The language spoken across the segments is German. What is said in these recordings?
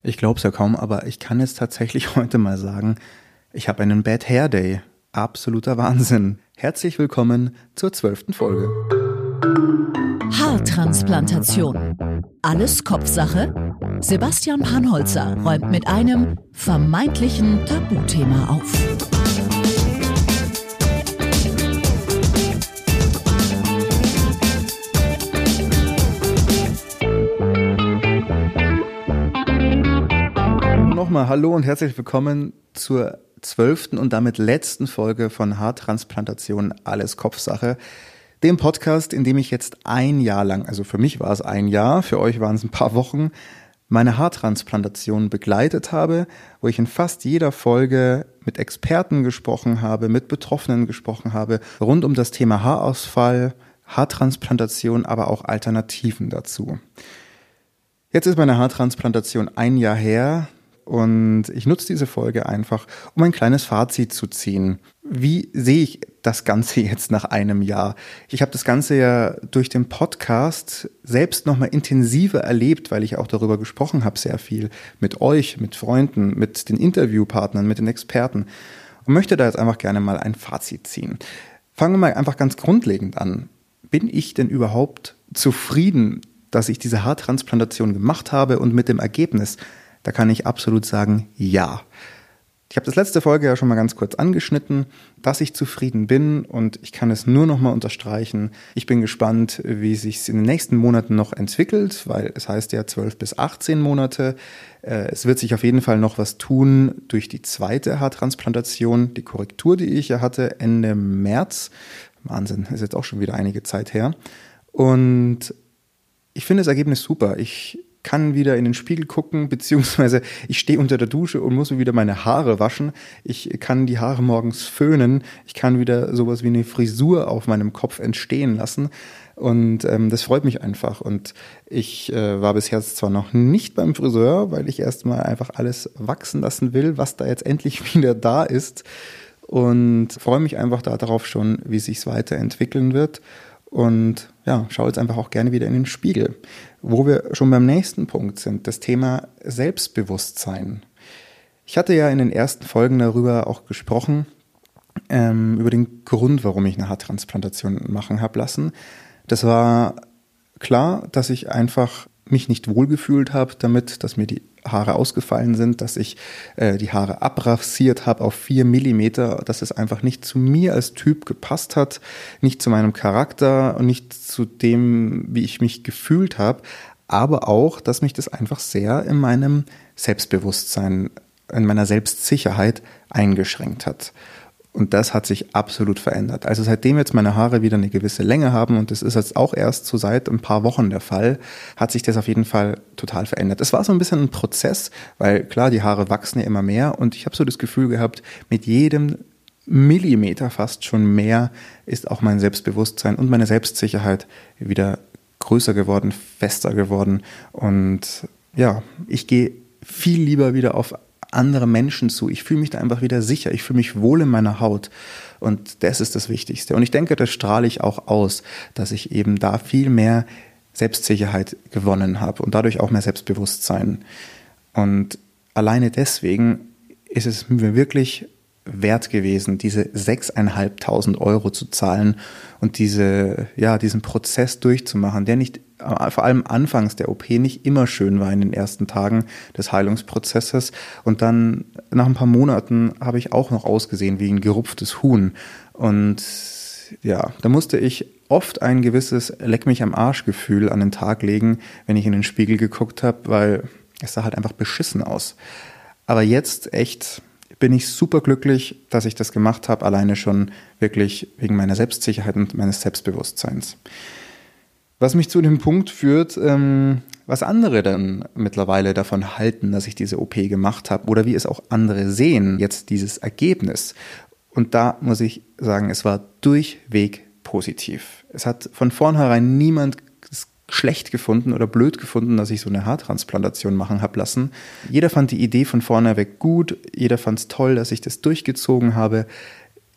Ich glaube es ja kaum, aber ich kann jetzt tatsächlich heute mal sagen, ich habe einen Bad Hair Day. Absoluter Wahnsinn. Herzlich willkommen zur 12. Folge. Haartransplantation. Alles Kopfsache? Sebastian Panholzer räumt mit einem vermeintlichen Tabuthema auf. Nochmal hallo und herzlich willkommen zur 12. und damit letzten Folge von Haartransplantation Alles Kopfsache. Dem Podcast, in dem ich jetzt ein Jahr lang, also für mich war es ein Jahr, für euch waren es ein paar Wochen, meine Haartransplantation begleitet habe, wo ich in fast jeder Folge mit Experten gesprochen habe, mit Betroffenen gesprochen habe, rund um das Thema Haarausfall, Haartransplantation, aber auch Alternativen dazu. Jetzt ist meine Haartransplantation ein Jahr her und ich nutze diese Folge einfach, um ein kleines Fazit zu ziehen. Wie sehe ich das Ganze jetzt nach einem Jahr? Ich habe das Ganze ja durch den Podcast selbst nochmal intensiver erlebt, weil ich auch darüber gesprochen habe, sehr viel mit euch, mit Freunden, mit den Interviewpartnern, mit den Experten und möchte da jetzt einfach gerne mal ein Fazit ziehen. Fangen wir mal einfach ganz grundlegend an. Bin ich denn überhaupt zufrieden, dass ich diese Haartransplantation gemacht habe und mit dem Ergebnis? Da kann ich absolut sagen, ja. Ich habe das letzte Folge ja schon mal ganz kurz angeschnitten, dass ich zufrieden bin und ich kann es nur noch mal unterstreichen. Ich bin gespannt, wie es sich in den nächsten Monaten noch entwickelt, weil es heißt ja 12 bis 18 Monate. Es wird sich auf jeden Fall noch was tun durch die zweite Haartransplantation, die Korrektur, die ich ja hatte Ende März. Wahnsinn, ist jetzt auch schon wieder einige Zeit her. Und ich finde das Ergebnis super. Ich kann wieder in den Spiegel gucken, beziehungsweise ich stehe unter der Dusche und muss wieder meine Haare waschen. Ich kann die Haare morgens föhnen. Ich kann wieder sowas wie eine Frisur auf meinem Kopf entstehen lassen. Und das freut mich einfach. Und ich war bisher zwar noch nicht beim Friseur, weil ich erstmal einfach alles wachsen lassen will, was da jetzt endlich wieder da ist. Und freue mich einfach darauf schon, wie es sich weiterentwickeln wird. Und ja, schau jetzt einfach auch gerne wieder in den Spiegel. Wo wir schon beim nächsten Punkt sind, das Thema Selbstbewusstsein. Ich hatte ja in den ersten Folgen darüber auch gesprochen, über den Grund, warum ich eine Haartransplantation machen habe lassen. Das war klar, dass ich einfach mich nicht wohlgefühlt habe damit, dass mir die Haare ausgefallen sind, dass ich die Haare abrasiert habe auf 4 Millimeter, dass es einfach nicht zu mir als Typ gepasst hat, nicht zu meinem Charakter und nicht zu dem, wie ich mich gefühlt habe, aber auch, dass mich das einfach sehr in meinem Selbstbewusstsein, in meiner Selbstsicherheit eingeschränkt hat. Und das hat sich absolut verändert. Also seitdem jetzt meine Haare wieder eine gewisse Länge haben, und das ist jetzt auch erst so seit ein paar Wochen der Fall, hat sich das auf jeden Fall total verändert. Es war so ein bisschen ein Prozess, weil klar, die Haare wachsen ja immer mehr und ich habe so das Gefühl gehabt, mit jedem Millimeter fast schon mehr ist auch mein Selbstbewusstsein und meine Selbstsicherheit wieder größer geworden, fester geworden. Und ja, ich gehe viel lieber wieder auf andere Menschen zu. Ich fühle mich da einfach wieder sicher. Ich fühle mich wohl in meiner Haut. Und das ist das Wichtigste. Und ich denke, das strahle ich auch aus, dass ich eben da viel mehr Selbstsicherheit gewonnen habe und dadurch auch mehr Selbstbewusstsein. Und alleine deswegen ist es mir wirklich wert gewesen, diese 6.500 Euro zu zahlen und diesen Prozess durchzumachen, der nicht, vor allem anfangs der OP, nicht immer schön war in den ersten Tagen des Heilungsprozesses. Und dann nach ein paar Monaten habe ich auch noch ausgesehen wie ein gerupftes Huhn. Und ja, da musste ich oft ein gewisses Leck-mich-am-Arsch-Gefühl an den Tag legen, wenn ich in den Spiegel geguckt habe, weil es sah halt einfach beschissen aus. Aber jetzt echt bin ich super glücklich, dass ich das gemacht habe, alleine schon wirklich wegen meiner Selbstsicherheit und meines Selbstbewusstseins. Was mich zu dem Punkt führt, was andere dann mittlerweile davon halten, dass ich diese OP gemacht habe oder wie es auch andere sehen, jetzt dieses Ergebnis. Und da muss ich sagen, es war durchweg positiv. Es hat von vornherein niemand schlecht gefunden oder blöd gefunden, dass ich so eine Haartransplantation machen habe lassen. Jeder fand die Idee von vorne weg gut, jeder fand es toll, dass ich das durchgezogen habe.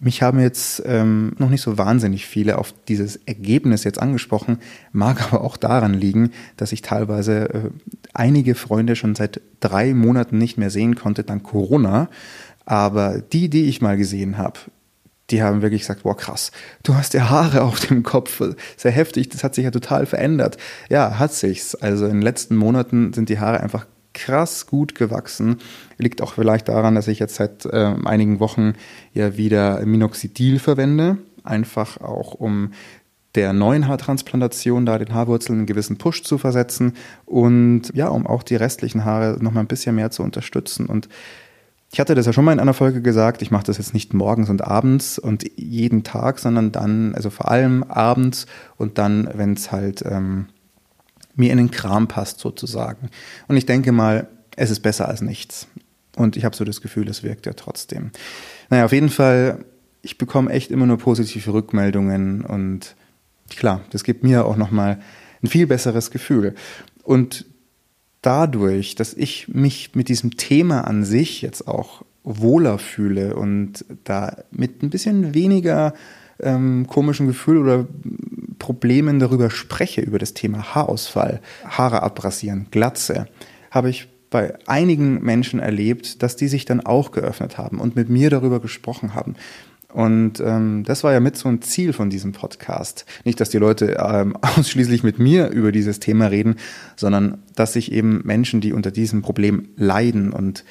Mich haben jetzt noch nicht so wahnsinnig viele auf dieses Ergebnis jetzt angesprochen, mag aber auch daran liegen, dass ich teilweise einige Freunde schon seit 3 Monaten nicht mehr sehen konnte, dank Corona. Aber die ich mal gesehen habe, die haben wirklich gesagt, boah krass, du hast ja Haare auf dem Kopf, sehr heftig, das hat sich ja total verändert. Ja, hat sich's. Also in den letzten Monaten sind die Haare einfach krass gut gewachsen. Liegt auch vielleicht daran, dass ich jetzt seit einigen Wochen ja wieder Minoxidil verwende. Einfach auch, um der neuen Haartransplantation da den Haarwurzeln einen gewissen Push zu versetzen und ja, um auch die restlichen Haare noch mal ein bisschen mehr zu unterstützen. Und ich hatte das ja schon mal in einer Folge gesagt, ich mache das jetzt nicht morgens und abends und jeden Tag, sondern dann, also vor allem abends und dann, wenn es halt mir in den Kram passt sozusagen. Und ich denke mal, es ist besser als nichts. Und ich habe so das Gefühl, es wirkt ja trotzdem. Naja, auf jeden Fall, ich bekomme echt immer nur positive Rückmeldungen und klar, das gibt mir auch nochmal ein viel besseres Gefühl. Und dadurch, dass ich mich mit diesem Thema an sich jetzt auch wohler fühle und da mit ein bisschen weniger komischen Gefühl oder Problemen darüber spreche, über das Thema Haarausfall, Haare abrasieren, Glatze, habe ich bei einigen Menschen erlebt, dass die sich dann auch geöffnet haben und mit mir darüber gesprochen haben. Und das war ja mit so ein Ziel von diesem Podcast. Nicht, dass die Leute ausschließlich mit mir über dieses Thema reden, sondern dass sich eben Menschen, die unter diesem Problem leiden und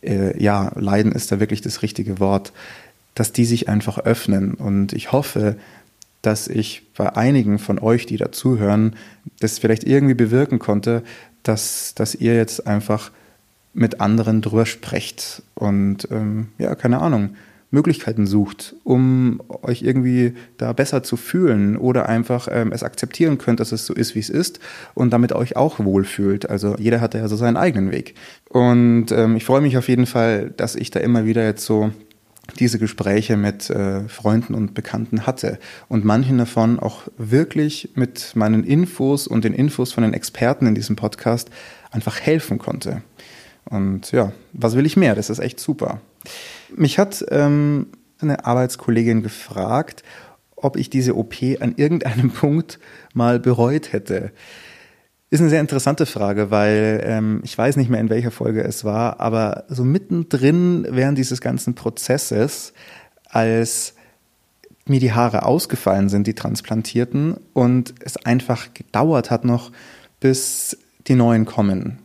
leiden ist da wirklich das richtige Wort, dass die sich einfach öffnen. Und ich hoffe, dass ich bei einigen von euch, die dazuhören, das vielleicht irgendwie bewirken konnte, dass ihr jetzt einfach mit anderen drüber sprecht und keine Ahnung, Möglichkeiten sucht, um euch irgendwie da besser zu fühlen oder einfach es akzeptieren könnt, dass es so ist, wie es ist und damit euch auch wohlfühlt. Also jeder hat ja so seinen eigenen Weg. Und ich freue mich auf jeden Fall, dass ich da immer wieder jetzt so diese Gespräche mit Freunden und Bekannten hatte und manchen davon auch wirklich mit meinen Infos und den Infos von den Experten in diesem Podcast einfach helfen konnte. Und ja, was will ich mehr? Das ist echt super. Mich hat eine Arbeitskollegin gefragt, ob ich diese OP an irgendeinem Punkt mal bereut hätte. Ist eine sehr interessante Frage, weil ich weiß nicht mehr, in welcher Folge es war, aber so mittendrin während dieses ganzen Prozesses, als mir die Haare ausgefallen sind, die transplantierten, und es einfach gedauert hat noch, bis die neuen kommen.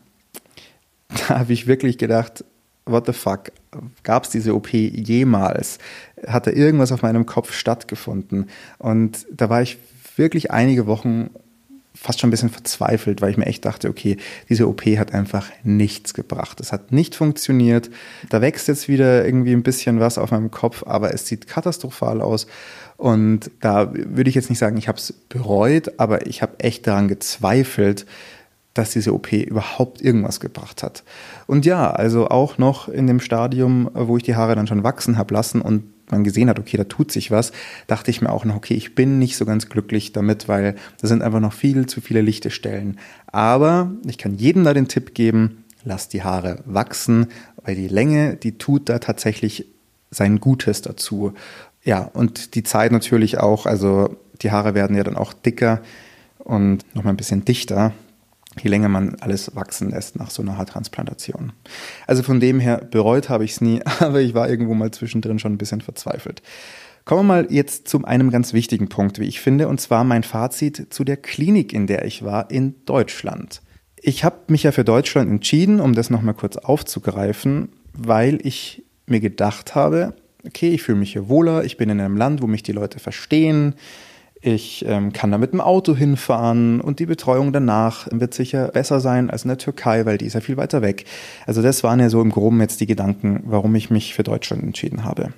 Da habe ich wirklich gedacht, what the fuck, gab es diese OP jemals? Hat da irgendwas auf meinem Kopf stattgefunden? Und da war ich wirklich einige Wochen fast schon ein bisschen verzweifelt, weil ich mir echt dachte, okay, diese OP hat einfach nichts gebracht. Es hat nicht funktioniert. Da wächst jetzt wieder irgendwie ein bisschen was auf meinem Kopf, aber es sieht katastrophal aus. Und da würde ich jetzt nicht sagen, ich habe es bereut, aber ich habe echt daran gezweifelt, dass diese OP überhaupt irgendwas gebracht hat. Und ja, also auch noch in dem Stadium, wo ich die Haare dann schon wachsen habe lassen und man gesehen hat, okay, da tut sich was, dachte ich mir auch noch, okay, ich bin nicht so ganz glücklich damit, weil da sind einfach noch viel zu viele lichte Stellen. Aber ich kann jedem da den Tipp geben, lasst die Haare wachsen, weil die Länge, die tut da tatsächlich sein Gutes dazu. Ja, und die Zeit natürlich auch, also die Haare werden ja dann auch dicker und nochmal ein bisschen dichter, je länger man alles wachsen lässt nach so einer Haartransplantation. Also von dem her, bereut habe ich es nie, aber ich war irgendwo mal zwischendrin schon ein bisschen verzweifelt. Kommen wir mal jetzt zu einem ganz wichtigen Punkt, wie ich finde, und zwar mein Fazit zu der Klinik, in der ich war, in Deutschland. Ich habe mich ja für Deutschland entschieden, um das nochmal kurz aufzugreifen, weil ich mir gedacht habe, okay, ich fühle mich hier wohler, ich bin in einem Land, wo mich die Leute verstehen, ich kann da mit dem Auto hinfahren und die Betreuung danach wird sicher besser sein als in der Türkei, weil die ist ja viel weiter weg. Also das waren ja so im Groben jetzt die Gedanken, warum ich mich für Deutschland entschieden habe.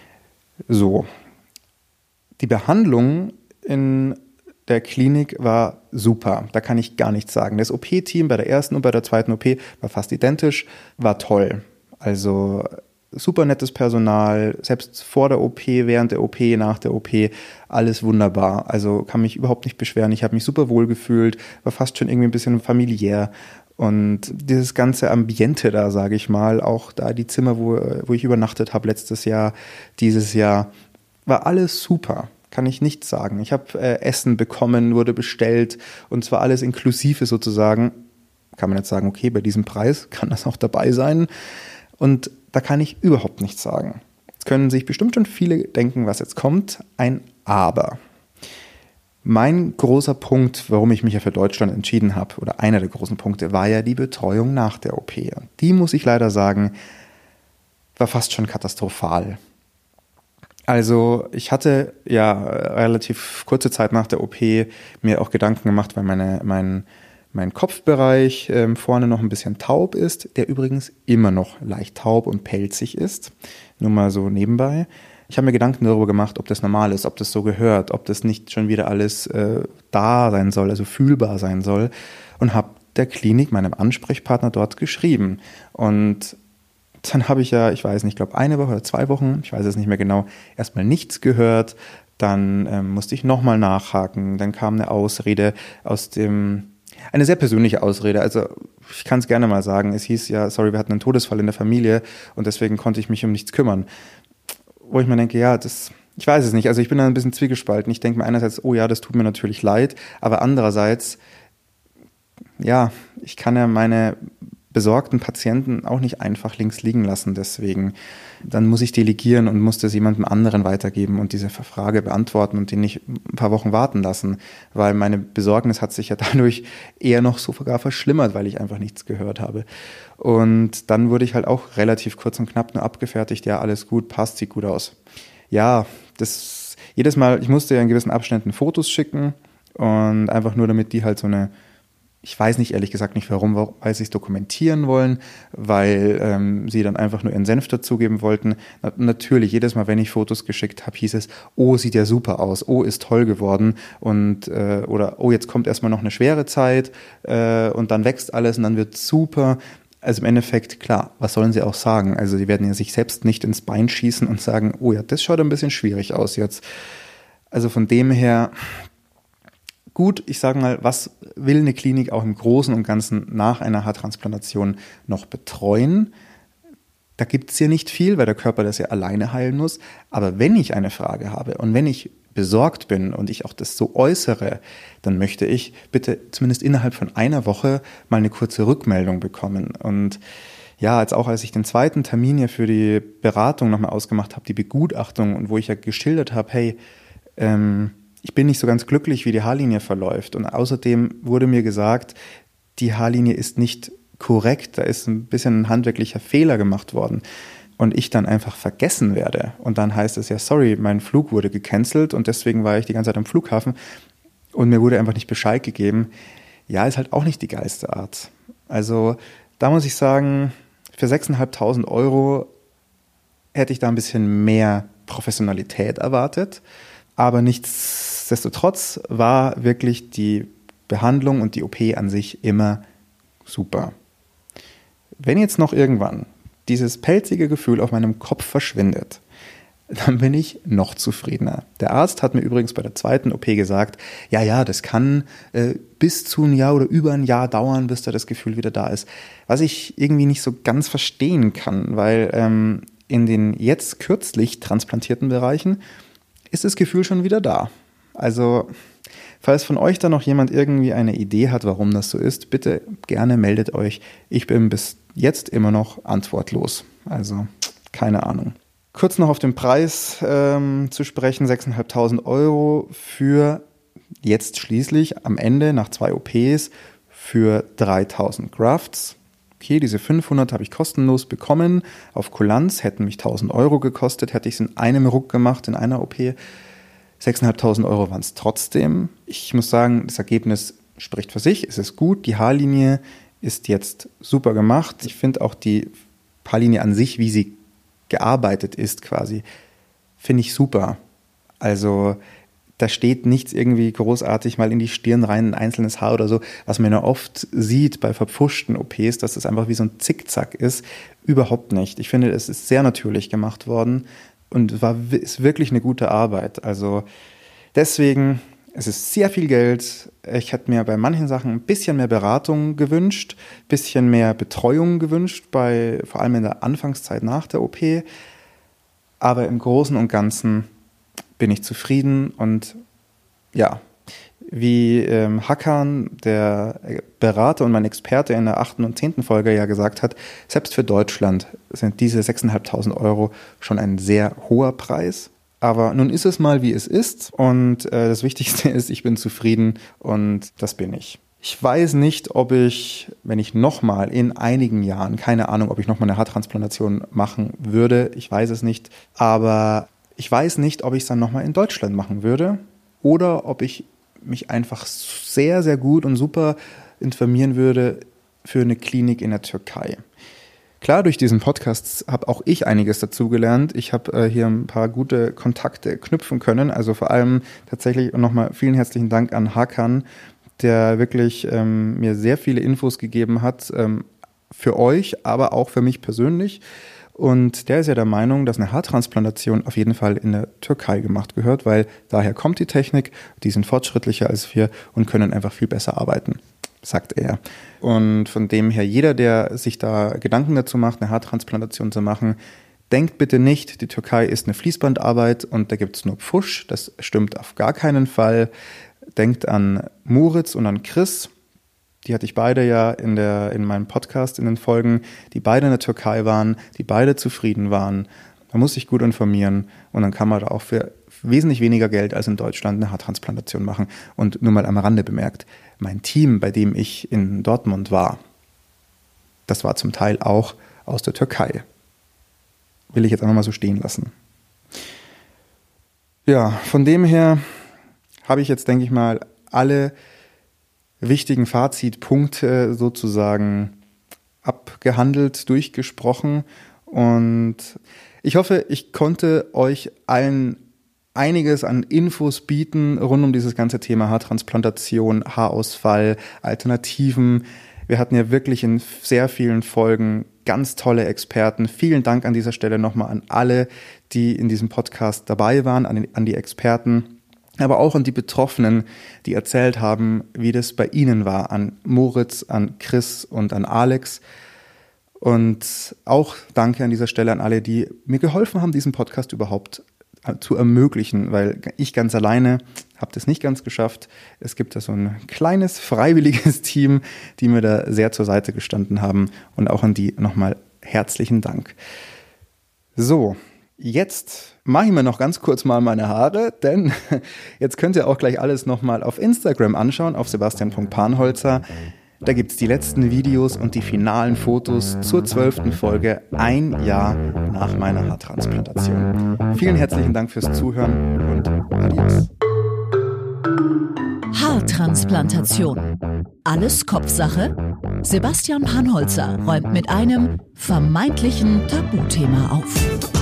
So, die Behandlung in der Klinik war super, da kann ich gar nichts sagen. Das OP-Team bei der ersten und bei der zweiten OP war fast identisch, war toll. Also super nettes Personal, selbst vor der OP, während der OP, nach der OP, alles wunderbar. Also kann mich überhaupt nicht beschweren. Ich habe mich super wohl gefühlt, war fast schon irgendwie ein bisschen familiär. Und dieses ganze Ambiente da, sage ich mal, auch da die Zimmer, wo ich übernachtet habe letztes Jahr, dieses Jahr, War alles super, kann ich nicht sagen. Ich habe Essen bekommen, wurde bestellt und zwar alles inklusive sozusagen. Kann man jetzt sagen, okay, bei diesem Preis kann das auch dabei sein. Und da kann ich überhaupt nichts sagen. Jetzt können sich bestimmt schon viele denken, was jetzt kommt. Ein Aber. Mein großer Punkt, warum ich mich ja für Deutschland entschieden habe, oder einer der großen Punkte, war ja die Betreuung nach der OP. Und die, muss ich leider sagen, war fast schon katastrophal. Also ich hatte ja relativ kurze Zeit nach der OP mir auch Gedanken gemacht, weil mein Kopfbereich vorne noch ein bisschen taub ist, der übrigens immer noch leicht taub und pelzig ist. Nur mal so nebenbei. Ich habe mir Gedanken darüber gemacht, ob das normal ist, ob das so gehört, ob das nicht schon wieder alles da sein soll, also fühlbar sein soll. Und habe der Klinik, meinem Ansprechpartner dort geschrieben. Und dann habe ich ja, ich weiß nicht, ich glaube 1 Woche oder 2 Wochen, ich weiß es nicht mehr genau, erstmal nichts gehört. Dann musste ich nochmal nachhaken. Dann kam eine Ausrede eine sehr persönliche Ausrede. Also ich kann es gerne mal sagen. Es hieß ja, sorry, wir hatten einen Todesfall in der Familie und deswegen konnte ich mich um nichts kümmern. Wo ich mir denke, ja, ich weiß es nicht. Also ich bin da ein bisschen zwiegespalten. Ich denke mir einerseits, oh ja, das tut mir natürlich leid, aber andererseits, ja, ich kann ja meine besorgten Patienten auch nicht einfach links liegen lassen. Deswegen, dann muss ich delegieren und muss das jemandem anderen weitergeben und diese Frage beantworten und den nicht ein paar Wochen warten lassen, weil meine Besorgnis hat sich ja dadurch eher noch sogar verschlimmert, weil ich einfach nichts gehört habe. Und dann wurde ich halt auch relativ kurz und knapp nur abgefertigt, ja, alles gut, passt, sieht gut aus. Ja, jedes Mal, ich musste ja in gewissen Abständen Fotos schicken und einfach nur, damit die halt ich weiß nicht, ehrlich gesagt nicht warum, weil sie es dokumentieren wollen, weil sie dann einfach nur ihren Senf dazugeben wollten. Natürlich, jedes Mal, wenn ich Fotos geschickt habe, hieß es, oh, sieht ja super aus, oh, ist toll geworden oder oh, jetzt kommt erstmal noch eine schwere Zeit und dann wächst alles und dann wird super. Also im Endeffekt, klar, was sollen sie auch sagen? Also sie werden ja sich selbst nicht ins Bein schießen und sagen, oh ja, das schaut ein bisschen schwierig aus jetzt. Also von dem her, gut, ich sage mal, was will eine Klinik auch im Großen und Ganzen nach einer Haartransplantation noch betreuen? Da gibt es ja nicht viel, weil der Körper das ja alleine heilen muss. Aber wenn ich eine Frage habe und wenn ich besorgt bin und ich auch das so äußere, dann möchte ich bitte zumindest innerhalb von 1 Woche mal eine kurze Rückmeldung bekommen. Und ja, jetzt auch als ich den 2. Termin ja für die Beratung nochmal ausgemacht habe, die Begutachtung und wo ich ja geschildert habe, hey, ich bin nicht so ganz glücklich, wie die Haarlinie verläuft. Und außerdem wurde mir gesagt, die Haarlinie ist nicht korrekt, da ist ein bisschen ein handwerklicher Fehler gemacht worden. Und ich dann einfach vergessen werde. Und dann heißt es ja, sorry, mein Flug wurde gecancelt und deswegen war ich die ganze Zeit am Flughafen und mir wurde einfach nicht Bescheid gegeben. Ja, ist halt auch nicht die geilste Art. Also da muss ich sagen, für 6.500 € hätte ich da ein bisschen mehr Professionalität erwartet. Aber nichtsdestotrotz war wirklich die Behandlung und die OP an sich immer super. Wenn jetzt noch irgendwann dieses pelzige Gefühl auf meinem Kopf verschwindet, dann bin ich noch zufriedener. Der Arzt hat mir übrigens bei der 2. OP gesagt, ja, das kann bis zu 1 Jahr oder über 1 Jahr dauern, bis da das Gefühl wieder da ist. Was ich irgendwie nicht so ganz verstehen kann, weil in den jetzt kürzlich transplantierten Bereichen ist das Gefühl schon wieder da. Also, falls von euch da noch jemand irgendwie eine Idee hat, warum das so ist, bitte gerne meldet euch. Ich bin bis jetzt immer noch antwortlos. Also, keine Ahnung. Kurz noch auf den Preis zu sprechen, 6.500 € für jetzt schließlich am Ende nach 2 OPs für 3.000 Grafts. Okay, diese 500 habe ich kostenlos bekommen. Auf Kulanz hätten mich 1.000 € gekostet, hätte ich es in einem Ruck gemacht, in einer OP. 6.500 € waren es trotzdem. Ich muss sagen, das Ergebnis spricht für sich. Es ist gut, die Haarlinie ist jetzt super gemacht. Ich finde auch die Haarlinie an sich, wie sie gearbeitet ist quasi, finde ich super. Also da steht nichts irgendwie großartig mal in die Stirn rein, ein einzelnes Haar oder so, was man ja oft sieht bei verpfuschten OPs, dass es einfach wie so ein Zickzack ist. Überhaupt nicht. Ich finde, es ist sehr natürlich gemacht worden und ist wirklich eine gute Arbeit. Also deswegen, es ist sehr viel Geld. Ich hätte mir bei manchen Sachen ein bisschen mehr Beratung gewünscht, ein bisschen mehr Betreuung gewünscht, vor allem in der Anfangszeit nach der OP. Aber im Großen und Ganzen bin ich zufrieden und ja, wie Hakan, der Berater und mein Experte in der 8. und 10. Folge ja gesagt hat, selbst für Deutschland sind diese 6.500 Euro schon ein sehr hoher Preis. Aber nun ist es mal, wie es ist und das Wichtigste ist, ich bin zufrieden und das bin ich. Ich weiß nicht, ob ich, wenn ich nochmal in einigen Jahren, keine Ahnung, ob ich nochmal eine Haartransplantation machen würde, ich weiß es nicht, aber ich weiß nicht, ob ich es dann nochmal in Deutschland machen würde oder ob ich mich einfach sehr, sehr gut und super informieren würde für eine Klinik in der Türkei. Klar, durch diesen Podcast habe auch ich einiges dazugelernt. Ich habe hier ein paar gute Kontakte knüpfen können. Also vor allem tatsächlich nochmal vielen herzlichen Dank an Hakan, der wirklich mir sehr viele Infos gegeben hat für euch, aber auch für mich persönlich. Und der ist ja der Meinung, dass eine Haartransplantation auf jeden Fall in der Türkei gemacht gehört, weil daher kommt die Technik, die sind fortschrittlicher als wir und können einfach viel besser arbeiten, sagt er. Und von dem her, jeder, der sich da Gedanken dazu macht, eine Haartransplantation zu machen, denkt bitte nicht, die Türkei ist eine Fließbandarbeit und da gibt es nur Pfusch. Das stimmt auf gar keinen Fall. Denkt an Moritz und an Chris. Die hatte ich beide ja in meinem Podcast in den Folgen, die beide in der Türkei waren, die beide zufrieden waren. Man muss sich gut informieren und dann kann man da auch für wesentlich weniger Geld als in Deutschland eine Haartransplantation machen. Und nur mal am Rande bemerkt, mein Team, bei dem ich in Dortmund war, das war zum Teil auch aus der Türkei. Will ich jetzt einfach mal so stehen lassen. Ja, von dem her habe ich jetzt, denke ich mal, alle wichtigen Fazitpunkte sozusagen abgehandelt, durchgesprochen und ich hoffe, ich konnte euch allen einiges an Infos bieten rund um dieses ganze Thema Haartransplantation, Haarausfall, Alternativen. Wir hatten ja wirklich in sehr vielen Folgen ganz tolle Experten. Vielen Dank an dieser Stelle nochmal an alle, die in diesem Podcast dabei waren, an die Experten. Aber auch an die Betroffenen, die erzählt haben, wie das bei ihnen war, an Moritz, an Chris und an Alex. Und auch danke an dieser Stelle an alle, die mir geholfen haben, diesen Podcast überhaupt zu ermöglichen, weil ich ganz alleine habe das nicht ganz geschafft. Es gibt da so ein kleines, freiwilliges Team, die mir da sehr zur Seite gestanden haben und auch an die nochmal herzlichen Dank. So, jetzt mache ich mir noch ganz kurz mal meine Haare, denn jetzt könnt ihr auch gleich alles nochmal auf Instagram anschauen, auf sebastian.panholzer. Da gibt es die letzten Videos und die finalen Fotos zur 12. Folge, ein Jahr nach meiner Haartransplantation. Vielen herzlichen Dank fürs Zuhören und adios. Haartransplantation. Alles Kopfsache? Sebastian Panholzer räumt mit einem vermeintlichen Tabuthema auf.